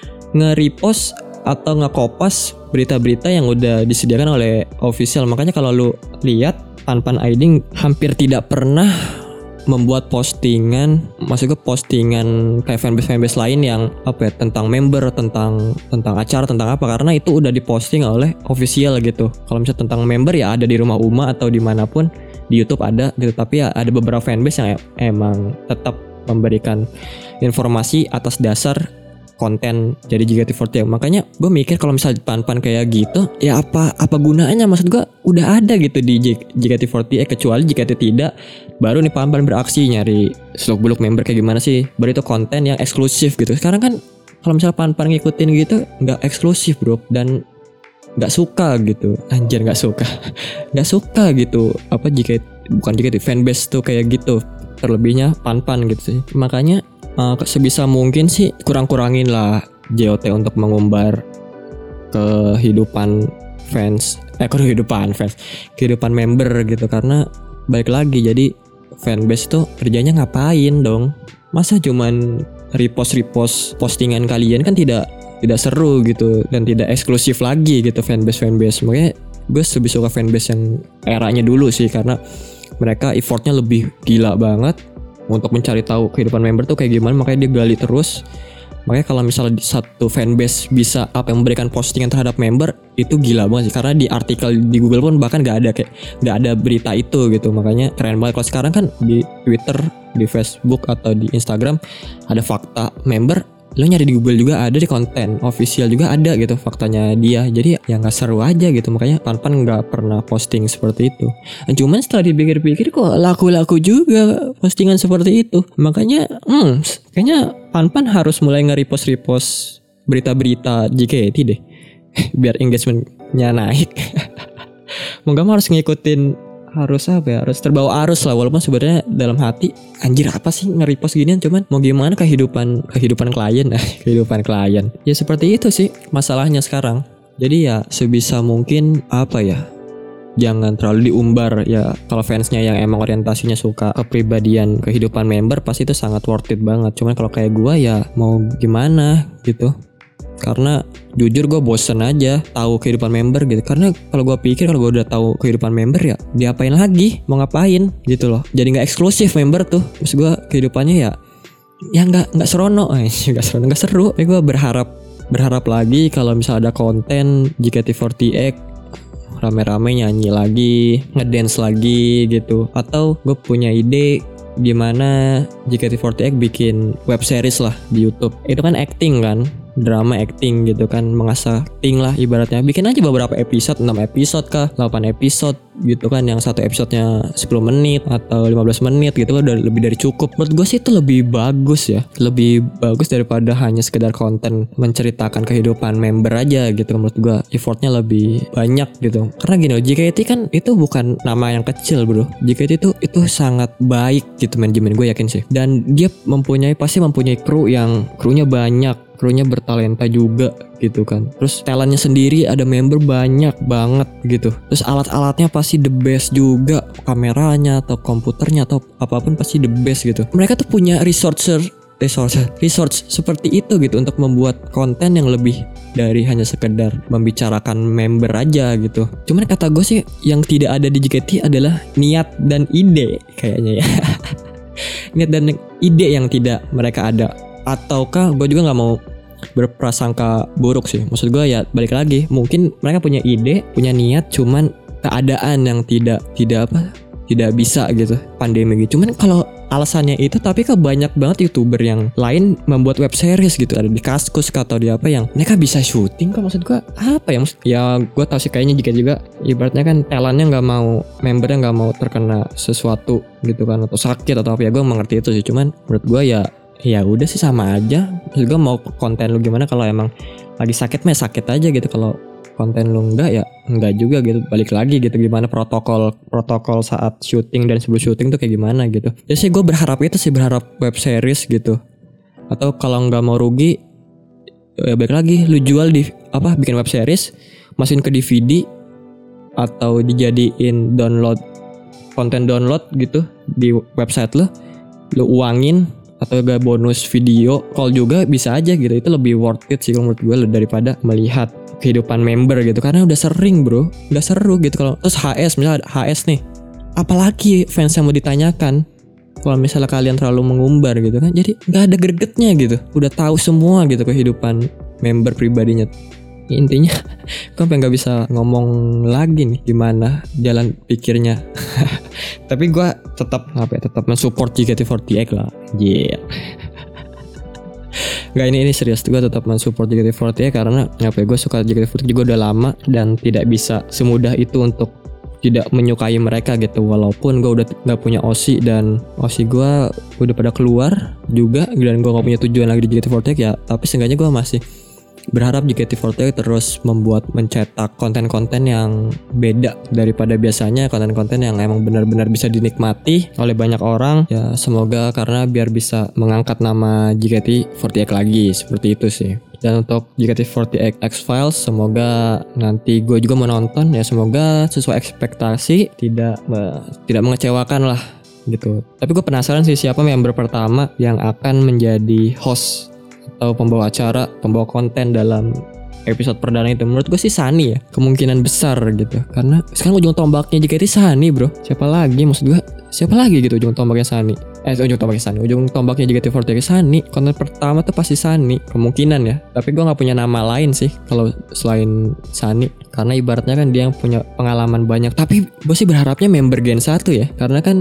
nge-repost atau nge-kopas berita-berita yang udah disediakan oleh official. Makanya kalau lu lihat, Pan-Pan Aiding hampir tidak pernah membuat postingan, maksudnya postingan kayak fanbase-fanbase lain yang apa ya, tentang member, tentang tentang acara, tentang apa, karena itu udah diposting oleh official gitu. Kalau misalnya tentang member ya ada di Rumah Uma atau dimanapun, di YouTube ada gitu. Tapi ya ada beberapa fanbase yang emang tetap memberikan informasi atas dasar konten jadi J K T empat puluh. Makanya gue mikir kalau misalnya Pan-Pan kayak gitu, ya apa apa gunanya? Maksud gue udah ada gitu di J K T empat puluh, eh, kecuali J K T tidak, baru nih Pan-Pan beraksi nyari seluk beluk member kayak gimana sih, baru itu konten yang eksklusif gitu. Sekarang kan kalau misalnya Pan-Pan ngikutin gitu nggak eksklusif, bro, dan nggak suka gitu, anjir nggak suka nggak suka gitu apa J K T, bukan J K T, fanbase tuh kayak gitu, terlebihnya Pan-Pan gitu sih. Makanya Uh, sebisa mungkin sih kurang-kurangin lah J O T untuk mengumbar kehidupan fans, eh kehidupan fans, kehidupan member gitu. Karena balik lagi, jadi fanbase tuh kerjanya ngapain dong? Masa cuman repost-repost postingan kalian, kan tidak tidak seru gitu dan tidak eksklusif lagi gitu fanbase fanbase. Makanya gue lebih suka fanbase yang eranya dulu sih, karena mereka effortnya lebih gila banget untuk mencari tahu kehidupan member tuh kayak gimana. Makanya dia gali terus. Makanya kalau misalnya satu fanbase bisa apa yang memberikan postingan terhadap member, itu gila banget sih. Karena di artikel di Google pun bahkan gak ada kayak gak ada berita itu gitu. Makanya keren banget. Kalau sekarang kan di Twitter, di Facebook atau di Instagram ada fakta member, lo nyari di Google juga ada, di konten official juga ada gitu faktanya dia. Jadi ya nggak seru aja gitu, makanya Pan-Pan nggak pernah posting seperti itu. Cuman setelah dipikir-pikir kok laku-laku juga postingan seperti itu. Makanya hmm, kayaknya Pan-Pan harus mulai nge-repost-repost berita-berita J K T deh biar engagementnya naik. Mau gak mau harus ngikutin, harus apa ya, harus terbawa arus lah. Walaupun sebenarnya dalam hati anjir apa sih nge-repost ginian, cuman mau gimana, kehidupan kehidupan klien kehidupan klien ya seperti itu sih masalahnya sekarang. Jadi ya sebisa mungkin apa ya, jangan terlalu diumbar ya. Kalau fansnya yang emang orientasinya suka kepribadian kehidupan member pasti itu sangat worth it banget. Cuman kalau kayak gua ya mau gimana gitu, karena jujur gue bosen aja tahu kehidupan member gitu. Karena kalau gue pikir kalau gue udah tahu kehidupan member ya diapain lagi, mau ngapain gitu loh. Jadi nggak eksklusif member tuh. Maksud gue kehidupannya ya ya nggak nggak serono, eh nggak serono nggak seru. Tapi gue berharap berharap lagi kalau misalnya ada konten J K T empat delapan rame-rame nyanyi lagi, ngedance lagi gitu. Atau gue punya ide gimana J K T empat delapan bikin web series lah di YouTube. Itu kan acting kan, drama acting gitu kan, mengasah acting lah ibaratnya. Bikin aja beberapa episode, enam episode kah, delapan episode gitu kan, yang satu episodenya sepuluh menit atau lima belas menit gitu kan, udah lebih dari cukup. Menurut gue sih itu lebih bagus ya, lebih bagus daripada hanya sekedar konten menceritakan kehidupan member aja gitu. Menurut gue effortnya lebih banyak gitu. Karena gini loh, J K T kan itu bukan nama yang kecil bro. J K T itu itu sangat baik gitu manajemen, gue yakin sih. Dan dia mempunyai pasti mempunyai kru yang krunya banyak, krunya bertalenta juga gitu kan. Terus talentnya sendiri ada member banyak banget gitu. Terus alat-alatnya pasti the best juga, kameranya atau komputernya atau apapun pasti the best gitu. Mereka tuh punya resourcer resource resource seperti itu gitu untuk membuat konten yang lebih dari hanya sekedar membicarakan member aja gitu. Cuman kata gue sih yang tidak ada di J K T adalah niat dan ide kayaknya ya. Niat dan ide yang tidak mereka ada. Ataukah gue juga gak mau berprasangka buruk sih. Maksud gue ya balik lagi, mungkin mereka punya ide, punya niat, cuman keadaan yang tidak tidak apa tidak bisa gitu, pandemi gitu. Cuman kalau alasannya itu, tapi kok banyak banget YouTuber yang lain membuat web series gitu, ada di Kaskus atau di apa yang mereka bisa syuting kok. Maksud gue apa ya, maksud, ya gue tau sih kayaknya jika juga ibaratnya kan talentnya nggak mau, membernya nggak mau terkena sesuatu gitu kan, atau sakit atau apa ya, gue mengerti itu sih. Cuman menurut gue ya ya udah sih sama aja. Maksud gue mau konten lu gimana, kalau emang lagi sakit mah sakit aja gitu. Kalau konten lu enggak ya enggak juga gitu. Balik lagi gitu, gimana protokol protokol saat syuting dan sebelum syuting tuh kayak gimana gitu. Jadi sih gue berharap itu sih, berharap web series gitu. Atau kalau nggak mau rugi ya balik lagi, lu jual di apa, bikin web series, masukin ke D V D atau dijadiin download, konten download gitu di website lu, lu uangin. Atau gak bonus video call juga bisa aja gitu. Itu lebih worth it sih menurut gue daripada melihat kehidupan member gitu. Karena udah sering bro, udah seru gitu. Kalau terus H S, misalnya H S nih, apalagi fans yang mau ditanyakan kalau misalnya kalian terlalu mengumbar gitu kan. Jadi gak ada gregetnya gitu, udah tahu semua gitu kehidupan member pribadinya. Intinya gue sampai gak bisa ngomong lagi nih gimana jalan pikirnya. Tapi gue tetap apa ya, tetap mensupport J K T empat delapan lah. Yeah. Gak, ini ini serius, gue tetap mensupport J K T empat delapan karena apa ya, gue suka J K T empat delapan juga udah lama dan tidak bisa semudah itu untuk tidak menyukai mereka gitu. Walaupun gue udah gak punya O S I dan O S I gue udah pada keluar juga dan gue gak punya tujuan lagi di J K T empat delapan ya, tapi seenggaknya gue masih berharap J K T empat delapan terus membuat, mencetak konten-konten yang beda daripada biasanya, konten-konten yang emang benar-benar bisa dinikmati oleh banyak orang ya. Semoga, karena biar bisa mengangkat nama J K T empat delapan lagi, seperti itu sih. Dan untuk J K T empat delapan X-Files, semoga nanti gue juga menonton ya, semoga sesuai ekspektasi, tidak uh, tidak mengecewakan lah gitu. Tapi gue penasaran sih siapa member pertama yang akan menjadi host atau pembawa acara, pembawa konten dalam episode perdana itu. Menurut gue sih Sunny ya, kemungkinan besar gitu. Karena sekarang ujung tombaknya J K T Sunny bro. Siapa lagi, maksud gue siapa lagi gitu ujung tombaknya Sunny. Eh ujung tombaknya Sunny, ujung tombaknya J K T empat delapan Sunny. Konten pertama tuh pasti Sunny, kemungkinan ya. Tapi gue gak punya nama lain sih kalau selain Sunny, karena ibaratnya kan dia yang punya pengalaman banyak. Tapi gue sih berharapnya member Gen satu ya, karena kan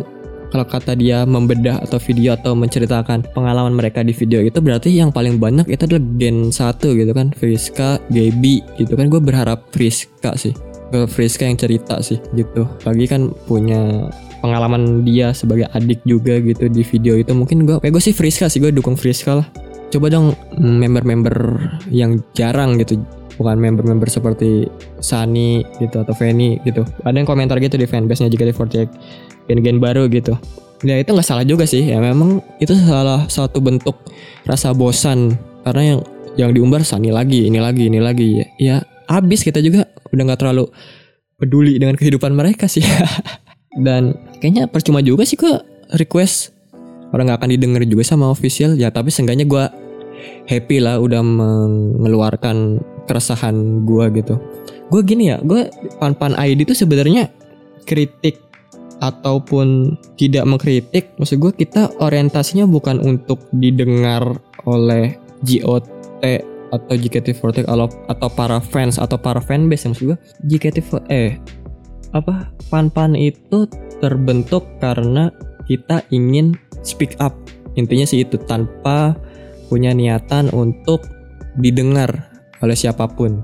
kalau kata dia membedah atau video atau menceritakan pengalaman mereka di video itu, berarti yang paling banyak itu adalah Gen satu gitu kan, Friska, Gaby gitu kan. Gue berharap Friska sih, ke Friska yang cerita sih gitu. Lagi kan punya pengalaman dia sebagai adik juga gitu di video itu. Mungkin gue kayak gue sih Friska sih, gue dukung Friska lah. Coba dong member-member yang jarang gitu, bukan member-member seperti Sunny gitu atau Fanny gitu. Ada yang komentar gitu di fanbase-nya J K T empat delapan, gen-gen baru gitu. Ya itu nggak salah juga sih. Ya memang itu salah satu bentuk rasa bosan karena yang yang diumbar Sunny lagi, ini lagi, ini lagi. Ya, ya habis kita juga udah nggak terlalu peduli dengan kehidupan mereka sih. Dan kayaknya percuma juga sih ke request, orang nggak akan didengar juga sama official. Ya tapi seenggaknya gue happy lah udah mengeluarkan keresahan gue gitu. Gue gini ya, gue Pan-Pan I D tuh sebenarnya kritik ataupun tidak mengkritik, maksud gue kita orientasinya bukan untuk didengar oleh J O T atau J K T empat delapan atau para fans atau para fanbase. Maksud gue J K T eh apa Pan-Pan itu terbentuk karena kita ingin speak up, intinya sih itu, tanpa punya niatan untuk didengar oleh siapapun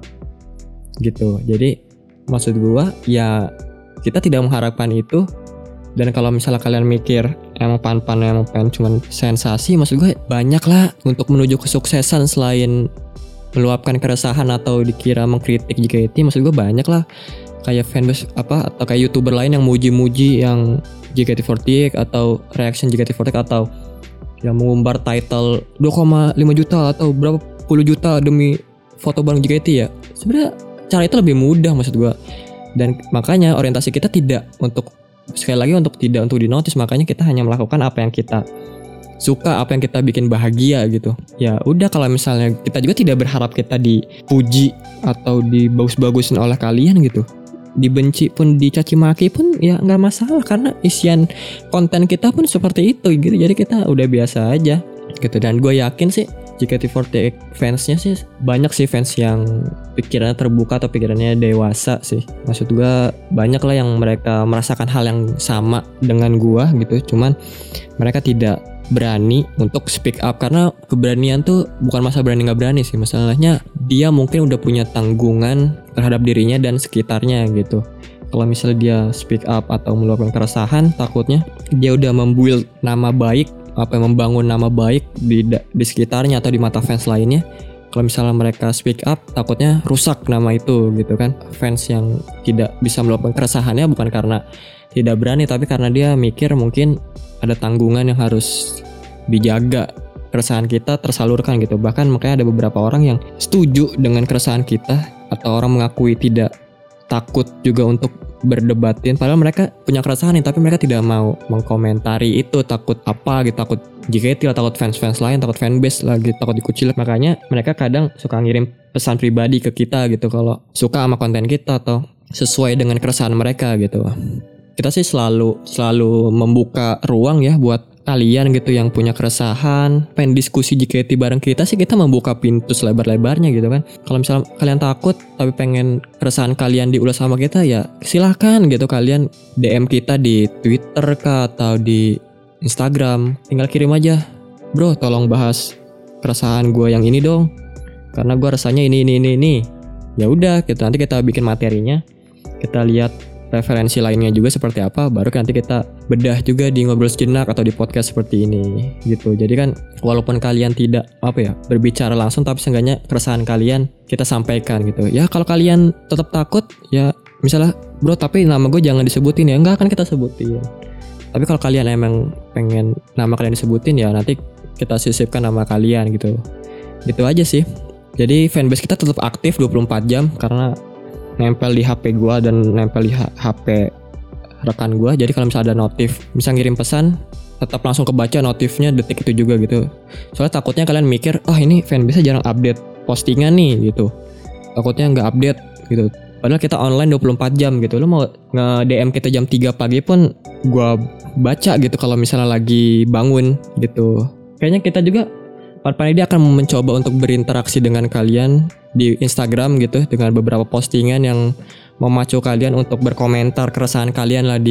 gitu. Jadi maksud gua ya kita tidak mengharapkan itu. Dan kalau misalnya kalian mikir emang Pan-Pan emang pengen cuman sensasi, maksud gue banyak lah untuk menuju kesuksesan selain meluapkan keresahan atau dikira mengkritik J K T. Maksud gue banyak lah kayak fanbase apa atau kayak YouTuber lain yang muji-muji yang J K T empat delapan atau reaction J K T empat delapan atau yang mengumbar title dua koma lima juta atau berapa puluh juta demi foto bareng J K T ya. Sebenarnya cara itu lebih mudah maksud gue. Dan makanya orientasi kita tidak untuk, sekali lagi untuk tidak untuk dinotis, makanya kita hanya melakukan apa yang kita suka, apa yang kita bikin bahagia gitu. Ya udah, kalau misalnya kita juga tidak berharap kita dipuji atau dibagus-bagusin oleh kalian gitu. Dibenci pun, dicaci maki pun ya nggak masalah karena isian konten kita pun seperti itu gitu. Jadi kita udah biasa aja gitu. Dan gue yakin sih J K T empat delapan fansnya sih banyak sih, fans yang pikirannya terbuka atau pikirannya dewasa sih. Maksud gue banyak lah yang mereka merasakan hal yang sama dengan gue gitu. Cuman mereka tidak berani untuk speak up karena keberanian tuh bukan masalah berani nggak berani sih. Masalahnya dia mungkin udah punya tanggungan terhadap dirinya dan sekitarnya gitu. Kalau misalnya dia speak up atau meluapkan keresahan, takutnya dia udah membuild nama baik, apa yang membangun nama baik di di sekitarnya atau di mata fans lainnya. Kalau misalnya mereka speak up, takutnya rusak nama itu gitu kan. Fans yang tidak bisa meluapkan keresahannya bukan karena tidak berani, tapi karena dia mikir mungkin ada tanggungan yang harus dijaga, keresahan kita tersalurkan gitu. Bahkan makanya ada beberapa orang yang setuju dengan keresahan kita atau orang mengakui tidak takut juga untuk berdebatin, padahal mereka punya keresahan nih, tapi mereka tidak mau mengkomentari itu, takut apa gitu, takut J K T lah, takut fans-fans lain, takut fanbase lagi, takut dikucilin. Makanya mereka kadang suka ngirim pesan pribadi ke kita gitu kalau suka sama konten kita atau sesuai dengan keresahan mereka gitu. Kita sih selalu selalu membuka ruang ya buat kalian gitu yang punya keresahan, pengen diskusi J K T bareng kita sih, kita membuka pintu selebar-lebarnya gitu kan. Kalau misalnya kalian takut tapi pengen keresahan kalian diulas sama kita, ya silahkan gitu, kalian D M kita di Twitter kah atau di Instagram, tinggal kirim aja, bro tolong bahas keresahan gue yang ini dong, karena gue rasanya ini ini ini ini. Ya udah gitu, nanti kita bikin materinya, kita lihat referensi lainnya juga seperti apa, baru nanti kita bedah juga di ngobrol sejenak atau di podcast seperti ini gitu. Jadi kan walaupun kalian tidak apa ya berbicara langsung, tapi seenggaknya keresahan kalian kita sampaikan gitu. Ya kalau kalian tetap takut, ya misalnya bro tapi nama gue jangan disebutin ya, enggak akan kita sebutin. Tapi kalau kalian emang pengen nama kalian disebutin, ya nanti kita sisipkan nama kalian gitu. Gitu aja sih. Jadi fanbase kita tetap aktif dua puluh empat jam karena nempel di H P gue dan nempel di H P rekan gue. Jadi kalau misalnya ada notif, bisa ngirim pesan, tetap langsung kebaca notifnya detik itu juga gitu. Soalnya takutnya kalian mikir, oh ini fanbase jarang update postingan nih gitu, takutnya nggak update gitu. Padahal kita online dua puluh empat jam gitu. Lo mau nge-D M kita jam tiga pagi pun gue baca gitu kalau misalnya lagi bangun gitu. Kayaknya kita juga Pan-Pan I D akan mencoba untuk berinteraksi dengan kalian di Instagram gitu, dengan beberapa postingan yang memacu kalian untuk berkomentar keresahan kalian lah di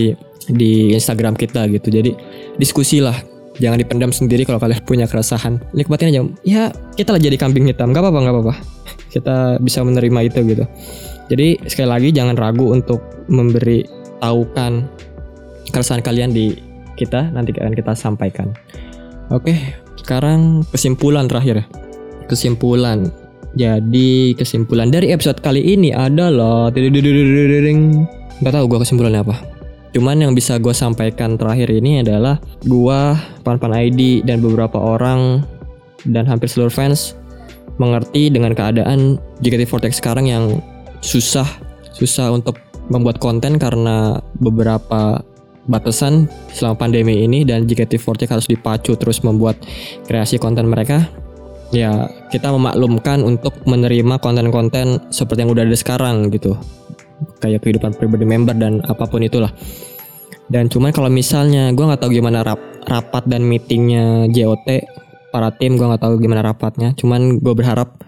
di Instagram kita gitu. Jadi diskusi lah, jangan dipendam sendiri kalau kalian punya keresahan. Nikmatin aja. Ya kita lah jadi kambing hitam, gak apa-apa, gak apa-apa. Kita bisa menerima itu gitu. Jadi sekali lagi jangan ragu untuk memberi tahukan keresahan kalian di kita, nanti akan kita sampaikan. Oke, sekarang kesimpulan terakhir. Kesimpulan. Jadi kesimpulan dari episode kali ini adalah nggak tahu gue kesimpulannya apa. Cuman yang bisa gue sampaikan terakhir ini adalah gue, Pan-Pan I D, dan beberapa orang dan hampir seluruh fans mengerti dengan keadaan J K T empat puluh delapan sekarang yang susah susah untuk membuat konten karena beberapa batasan selama pandemi ini, dan J K T empat puluh delapan harus dipacu terus membuat kreasi konten mereka. Ya kita memaklumkan untuk menerima konten-konten seperti yang udah ada sekarang gitu, kayak kehidupan pribadi member dan apapun itulah. Dan cuman kalau misalnya gue nggak tahu gimana rap, rapat dan meetingnya J O T para tim, gue nggak tahu gimana rapatnya. Cuman gue berharap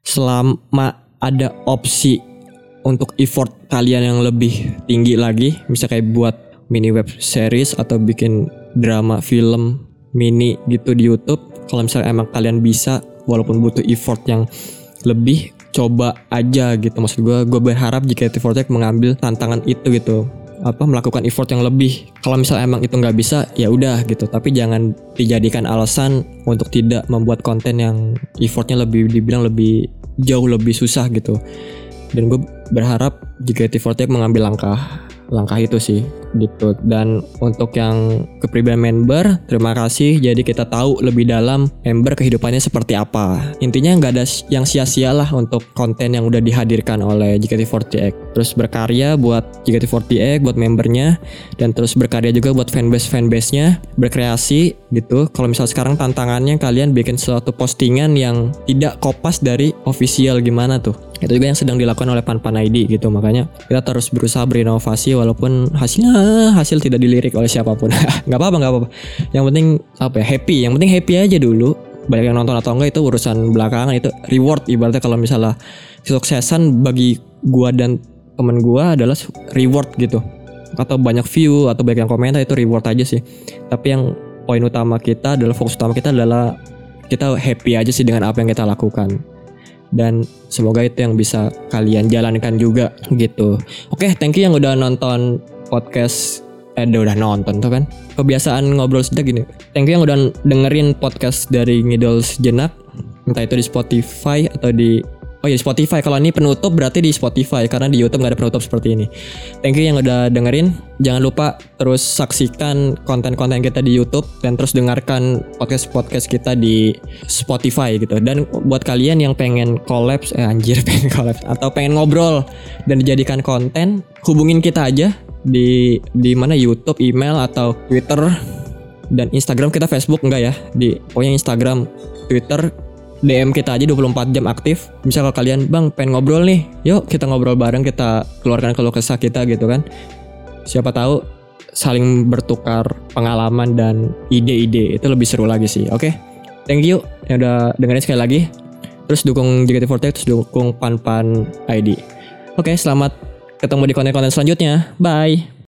selama ada opsi untuk effort kalian yang lebih tinggi lagi, bisa kayak buat mini web series atau bikin drama film mini gitu di YouTube. Kalau misalnya emang kalian bisa, walaupun butuh effort yang lebih, coba aja gitu. Maksud gue, gue berharap J K T empat puluh delapan mengambil tantangan itu gitu, apa melakukan effort yang lebih. Kalau misalnya emang itu nggak bisa, ya udah gitu. Tapi jangan dijadikan alasan untuk tidak membuat konten yang effortnya lebih, dibilang lebih jauh lebih susah gitu. Dan gue berharap J K T empat puluh delapan mengambil langkah langkah itu sih gitu. Dan untuk yang kepribadian member, terima kasih. Jadi kita tahu lebih dalam member kehidupannya seperti apa. Intinya nggak ada yang sia-sia lah untuk konten yang udah dihadirkan oleh J K T empat puluh delapan. Terus berkarya buat J K T empat puluh delapan, buat membernya, dan terus berkarya juga buat fanbase fanbase-nya, berkreasi gitu. Kalau misal sekarang tantangannya kalian bikin suatu postingan yang tidak kopas dari official, gimana tuh? Itu juga yang sedang dilakukan oleh Pan-Pan I D gitu. Makanya kita terus berusaha berinovasi walaupun hasilnya hasil tidak dilirik oleh siapapun. Gak apa-apa, gak apa-apa. Yang penting apa ya, happy. Yang penting happy aja dulu. Banyak yang nonton atau enggak itu urusan belakangan. Itu reward ibaratnya. Kalau misalnya kesuksesan bagi gua dan temen gua adalah reward gitu, atau banyak view atau banyak yang komentar, itu reward aja sih. Tapi yang poin utama kita adalah, fokus utama kita adalah kita happy aja sih dengan apa yang kita lakukan. Dan semoga itu yang bisa kalian jalankan juga gitu. Oke, thank you yang udah nonton podcast. Eh udah nonton tuh kan, kebiasaan ngobrol sejenak gini. Thank you yang udah dengerin podcast dari Ngidol Sejenak, entah itu di Spotify atau di Oh ya Spotify. Kalau ini penutup berarti di Spotify, karena di YouTube gak ada penutup seperti ini. Thank you yang udah dengerin. Jangan lupa terus saksikan konten-konten kita di YouTube, dan terus dengarkan podcast-podcast kita di Spotify gitu. Dan buat kalian yang pengen collabs, eh anjir pengen collabs atau pengen ngobrol dan dijadikan konten, hubungin kita aja di di mana, YouTube, email, atau Twitter dan Instagram. Kita Facebook enggak ya, di pokoknya Instagram, Twitter, D M kita aja dua puluh empat jam aktif. Misal kalau kalian, bang pengen ngobrol nih, yuk kita ngobrol bareng, kita keluarkan keluh kesah kita gitu kan. Siapa tahu saling bertukar pengalaman dan ide-ide, itu lebih seru lagi sih. Oke, okay? Thank you yang udah dengerin sekali lagi. Terus dukung J K T empat puluh delapan, terus dukung Pan-Pan I D. Oke, okay, selamat ketemu di konten-konten selanjutnya. Bye.